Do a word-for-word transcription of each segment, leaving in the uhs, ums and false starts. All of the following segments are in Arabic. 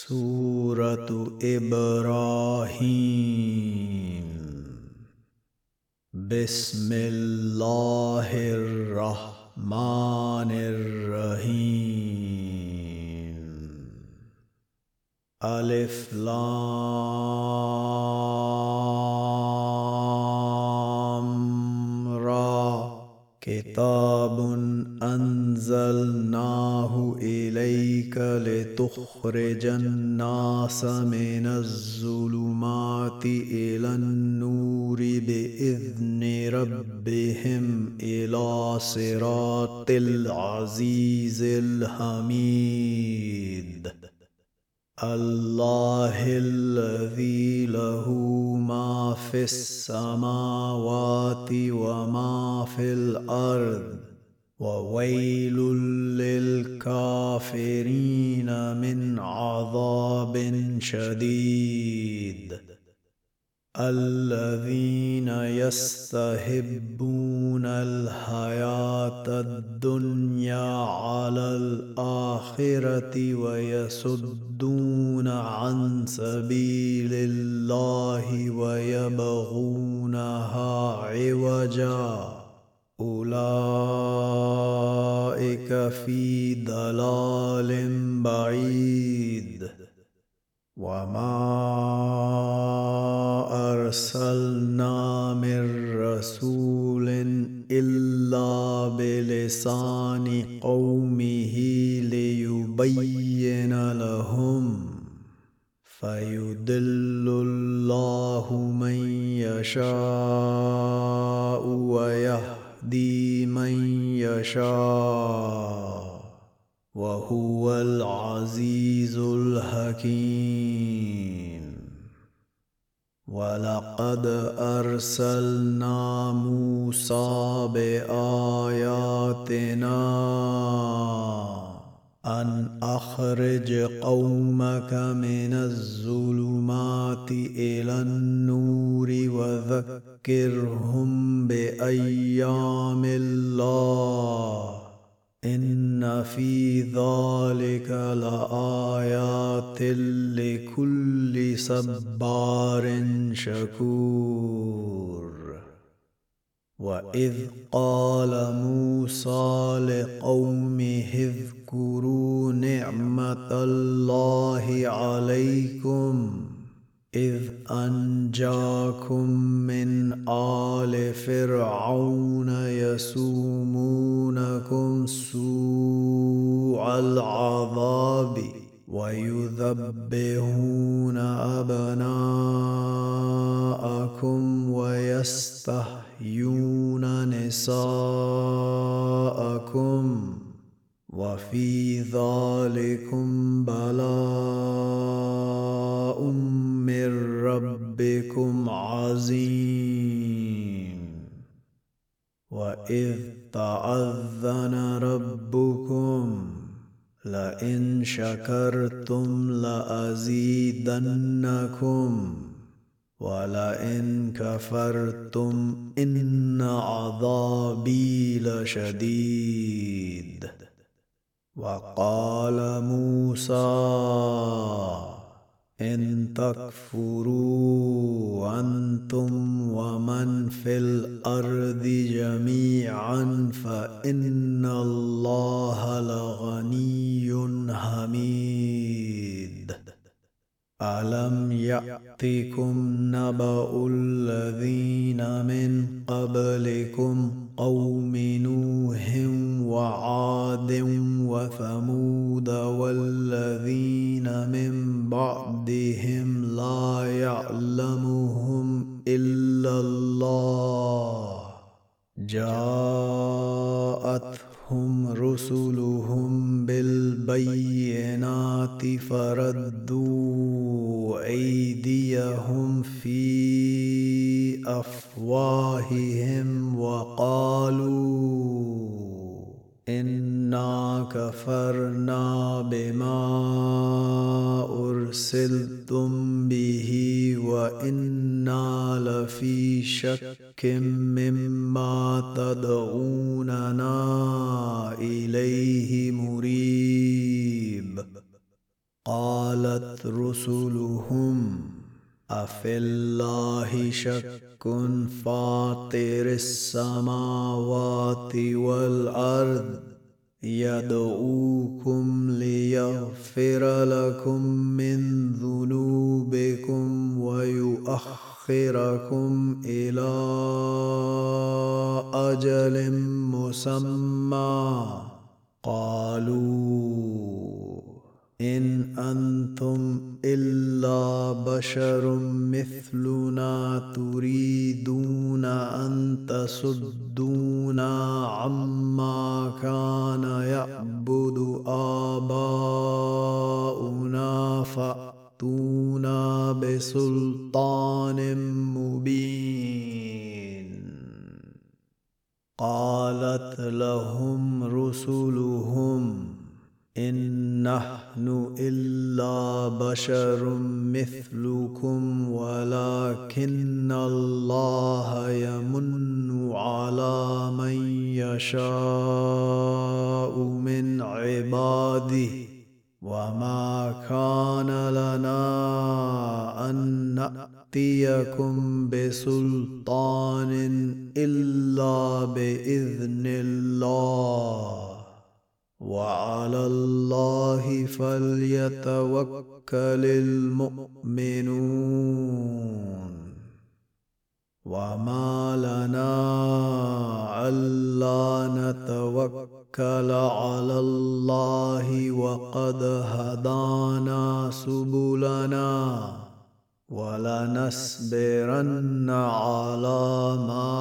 سورة إبراهيم. بسم الله الرحمن الرحيم. ألف لام را. كتاب أنزلناه إليك لتخرج الناس من الظلمات إلى النور بإذن ربهم إلى صراط العزيز الحميد. الله الذي له ما في السماوات وما في الأرض، وويل للكافرين من عذاب شديد. الذين يستحبون الحياة الدنيا على الآخرة ويصدون عن سبيل الله ويبغونها عوجا، أولئك في ضلال بعيد. وما أرسلنا من رسول إلا بلسان قومه ليبين لهم، فيضل الله من يشاء ويهدي من يشاء، وهو العزيز الحكيم. ولقد أرسلنا موسى بآياتنا أن أخرج قومك من الظلمات إلى النور وذكرهم بأيام الله، إن في ذلك لآيات لكل صبار شكور. وإذ قال موسى لقومه اذكروا نعمة الله عليكم إذ أنجاكم من آل فرعون يسومونكم سوء العذاب ويذبحون أبناءكم ويستحيون نساءكم، وفي ذلكم بلاء من ربكم عظيم. وإذ تأذن ربكم لئن شكرتم لأزيدنكم ولئن كفرتم إن عذابي لشديد. وقال موسى إن تكفروا أنتم ومن في الأرض جميعا فإن الله لغني حميد. ألم يأتكم نبأ الذين من قبلكم قوم نوح وعاد وثمود والذين من بعدهم لا يعلمهم إلا الله، جاءتهم رسلهم بالبينات فردوا أيديهم في أفواههم وقالوا إنا كفرنا بما أرسلتم به وإنا لفي شك مما تدعوننا إليه مريب. قالت رسلهم أفي الله شك فاطر السماوات والأرض يدعوكم ليغفر لكم من ذنوبكم ويؤخركم إلى أجل مسمى. قالوا إن أنتم إلا بشر مثلنا تريدون أن تصدونا عما كان يعبد آباؤنا فأتونا بسلطان مبين. قالت لهم رسلهم إن نحن إلا بشر مثلكم ولكن الله يمن على من يشاء من عباده وما كان لنا أن نأتيكم بسلطان إلا بإذن الله وعلى الله فليتوكل المؤمنون. وما لنا ألا نتوكل على الله وقد هدانا سبلنا ولنصبرن على ما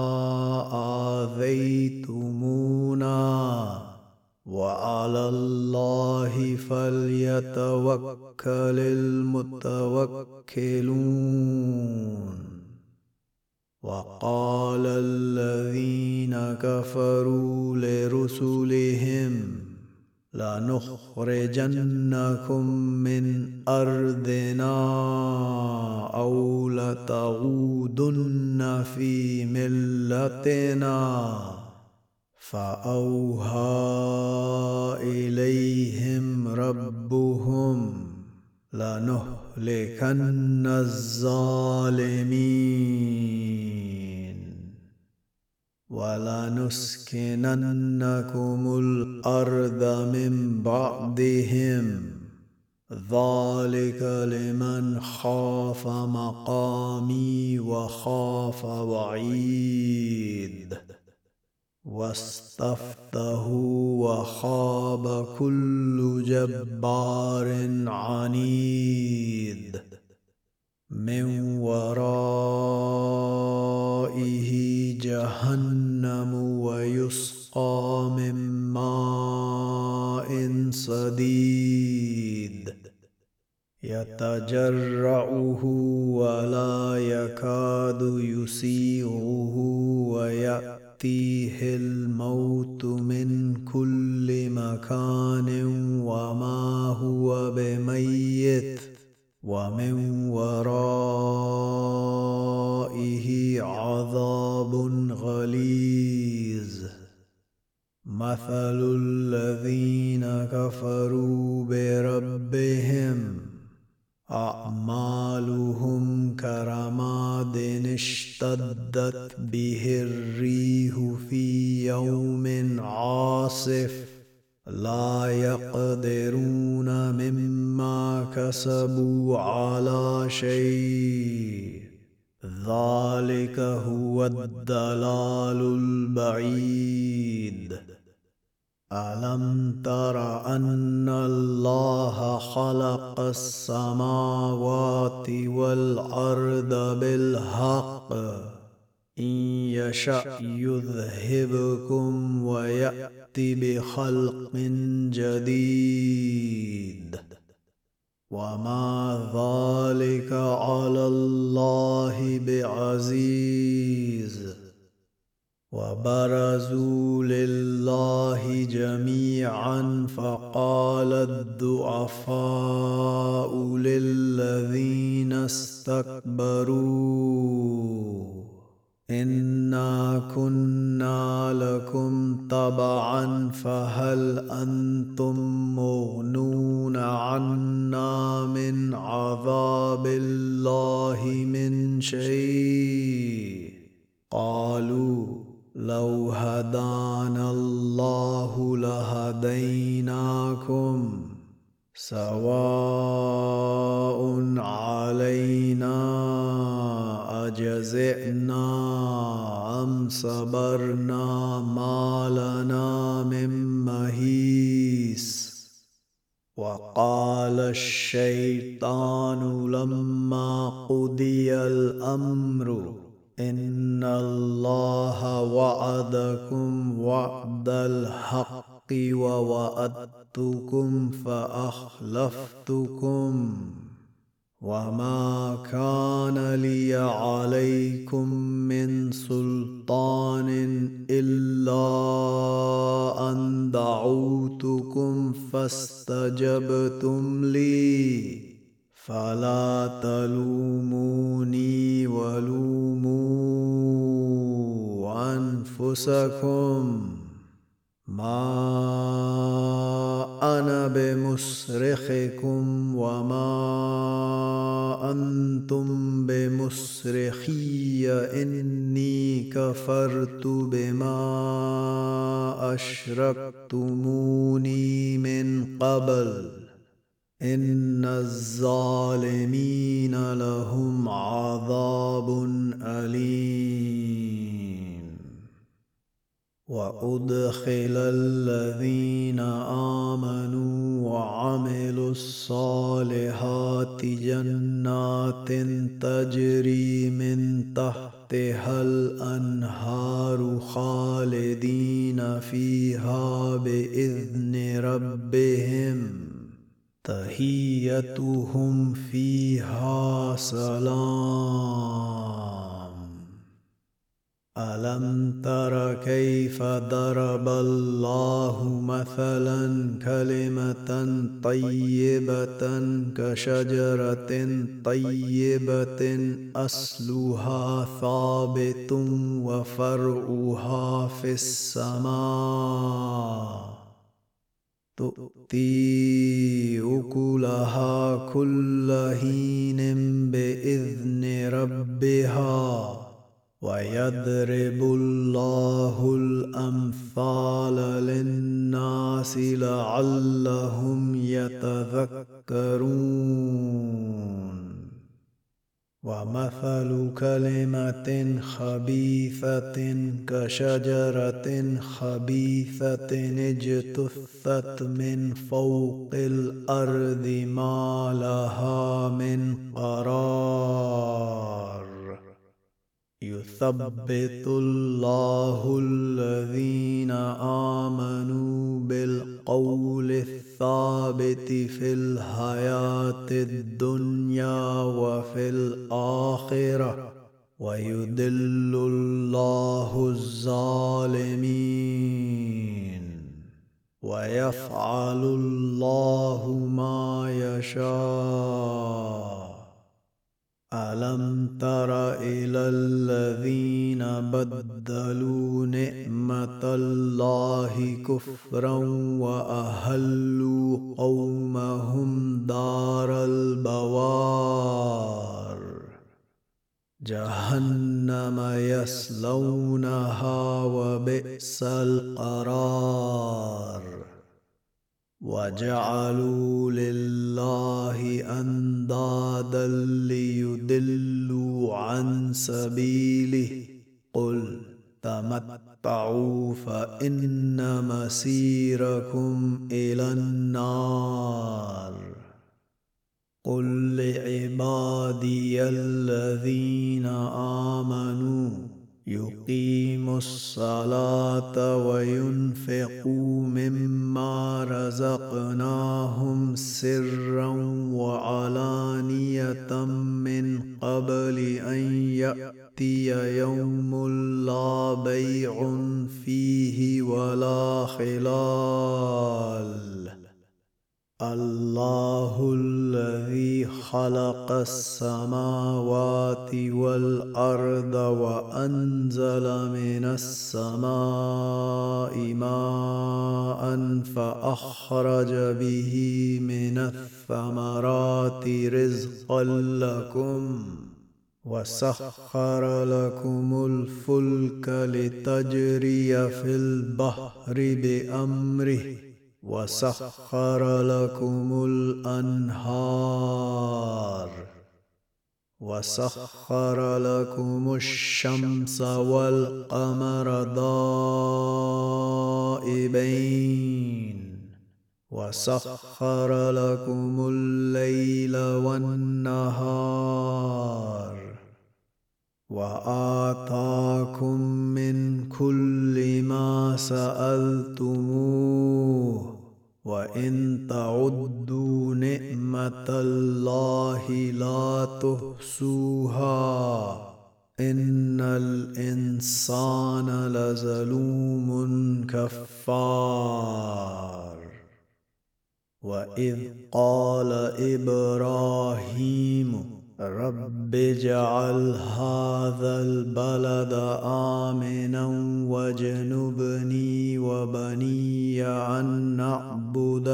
آذيتمونا وعلى الله فليتوكل المتوكلون. وقال الذين كفروا لرسلهم لنخرجنكم من أرضنا أو لتعودن في ملتنا. فأوحى إليهم ربهم لنهلكن الظالمين ولنسكننكم الأرض من بعدهم ذلك لمن خاف مقامي وخاف وعيد. واستفتحوا وخاب كل جبار عنيد من ورائه جهنم ويسقى من ماء صديد يتجرعه ولا يكاد يسيغه ويأتيه الموت من كل مكان وما هو بميت ومن ورائه عذاب غليظ. مثل الذين كفروا بربهم أعمالهم كرماد اشتدت به الريح في يوم عاصف لا يقدرون مما كسبوا على شيء ذلك هو الضلال البعيد. ألم تر أن الله خلق السماوات والأرض بالحق إن يشأ يذهبكم ويأتي بخلق جديد وما ذلك على الله بعزيز. وبرزوا لله جميعا فقال الضعفاء للذين استكبروا إنا كنا لكم تبعا فهل أنتم مغنون عنا شيء قالوا لو هدانا الله لهديناكم سواء علينا أجزعنا أم صبرنا ما لنا من مهيس. وقال الشيطان لما قضي الأمر إن الله وعدكم وعد الحق ووعدتكم فأخلفتكم وما كان لي عليكم من سلطان إلا أن دعوتكم فاستجبتم لي فلا تلوموني ولوموا أنفسكم ما أنا بمصرخكم وما أنتم بمصرخي إني كفرت بما أشركتموني من قبل إن الظالمين لهم عذاب أليم. وأدخل الذين آمنوا وعملوا الصالحات جنات تجري من تحتها الأنهار خالدين فيها بإذن ربهم تحيتهم فيها سلام. ألم تر كيف ضرب الله مثلا كلمة طيبة كشجرة طيبة أصلها ثابت وفرعها في السماء تؤتي أكلها كل حين بإذن ربها ويضرب الله الأمثال للناس لعلهم يتذكرون. ومثل كلمة خبيثة كشجرة خبيثة اجتثت من فوق الأرض ما لها من قرار. يثبت الله الذين آمنوا بالقول الثابت في الحياة الدنيا وفي الآخرة ويذل الله الظالمين ويفعل الله ما يشاء. ألم تر إلى الذين بدلوا نعمة الله كفرا وأهلوا قومهم دار البوار جهنم يصلونها وبئس القرار. وجعلوا لله أندادا ليضلوا عن سبيله قل تمتعوا فإن مسيركم إلى النار. قل لعبادي الذين آمنوا يقيموا الصلاة وينفقوا مما رزقناهم سرا وعلانية من قبل أن يأتي يوم لا بيع فيه ولا خلال. الله الذي خلق السماوات والأرض وأنزل من السماء ماء فأخرج به من الثمرات رزقا لكم وسخر لكم الفلك لتجري في البحر بأمره وسخر لكم الأنهار وسخر لكم الشمس والقمر دائبين وسخر لكم الليل والنهار وآتاكم من كل ما سألتموه وإن تعدوا نعمة الله لا تحصوها إن الإنسان لظلوم كفار. وإذ قال إبراهيم رب اجعل هذا البلد آمنا واجنبني وبني أن نعبد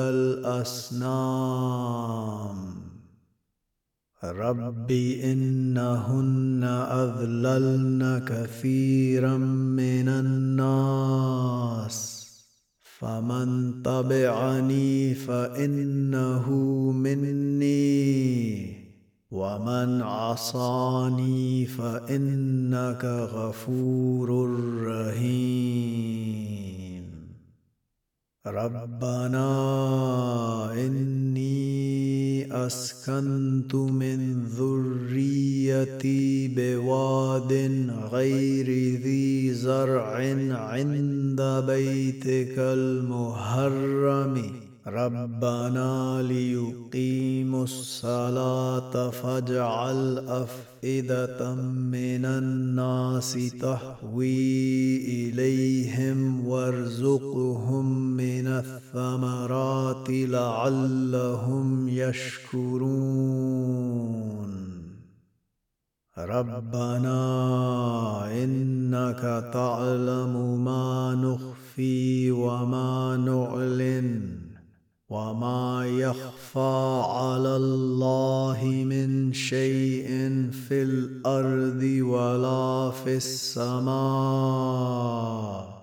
الأصنام رب إنهن أضللن كثيرا من الناس فمن تبعني فإنه مني ومن عصاني فإنك غفور رحيم. ربنا إني أسكنت من ذريتي بواد غير ذي زرع عند بيتك المحرم ربنا ليقيموا الصلاة فاجعل أفئدة من الناس تهوي إليهم وارزقهم من الثمرات لعلهم يشكرون. ربنا إنك تعلم ما نخفي وما نعلن وما يخفى على الله من شيء في الأرض ولا في السماء.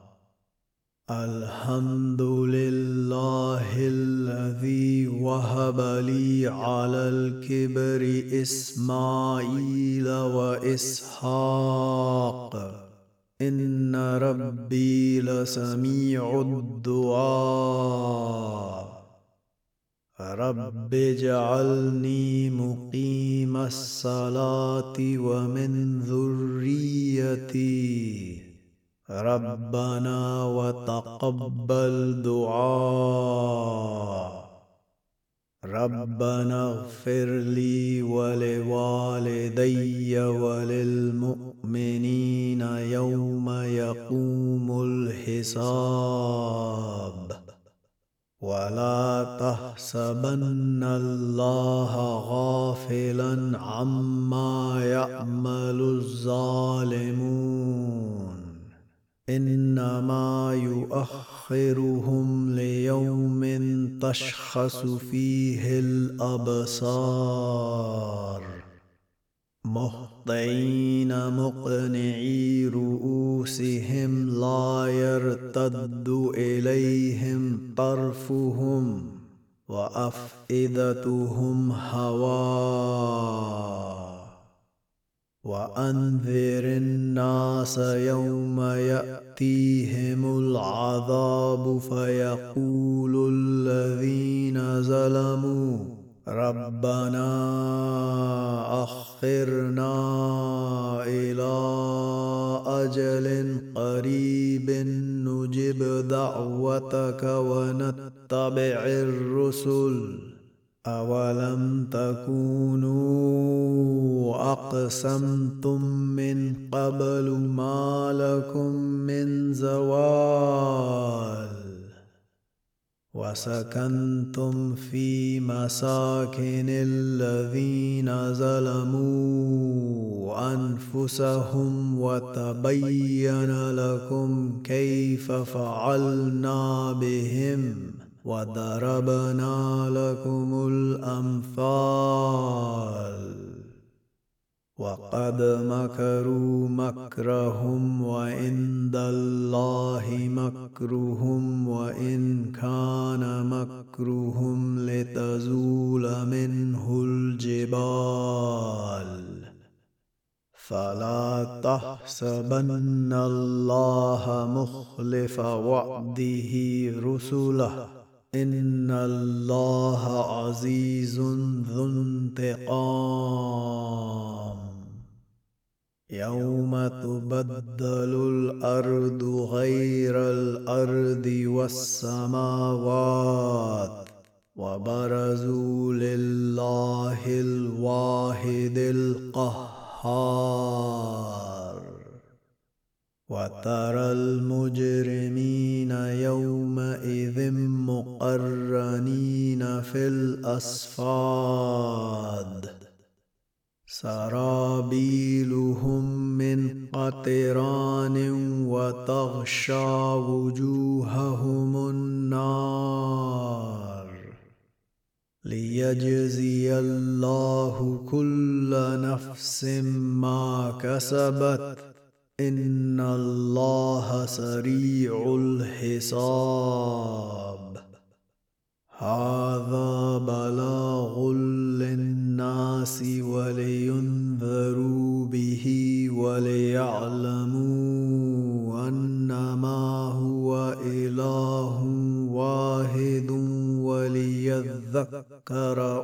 الحمد لله الذي وهب لي على الكبر إسماعيل وإسحاق إن ربي لسميع الدعاء. رب اجعلني مقيم الصلاة ومن ذريتي ربنا وتقبل دعاء. ربنا اغفر لي ولوالدي وللمؤمنين يوم يقوم الحساب. ولا تحسبن الله غافلا عما يعمل الظالمون إنما يؤخرهم ليوم تشخص فيه الأبصار مهطعين مقنعي رؤوسهم لا يرتد إليهم طرفهم وأفئدتهم هواء. وأنذر الناس يوم يأتيهم العذاب فيقول الذين ظلموا ربنا أخرنا إلى أجل قريب نجب دعوتك ونتبع الرسل أولم تكونوا أقسمتم من قبل ما لكم من زوال وسكنتم في مساكن الذين ظلموا أنفسهم وتبين لكم كيف فعلنا بهم وضربنا لكم الأمثال. وقد مكروا مكرهم وعند الله مكرهم وإن كان مكرهم لتزول منه الجبال فلا تحسبن الله مخلف وعده رسله إن الله عزيز ذو انتقام يوم تبدل الأرض غير الأرض والسماوات وبرزوا لله الواحد القهار وترى المجرمين يومئذ مقرنين في الأصفاد سرابيلهم من قطران وتغشى وجوههم النار ليجزي الله كل نفس ما كسبت إن الله سريع الحساب هذا بلاغ للناس ولينذروا به وليعلموا أنما هو إله واحد وليذكر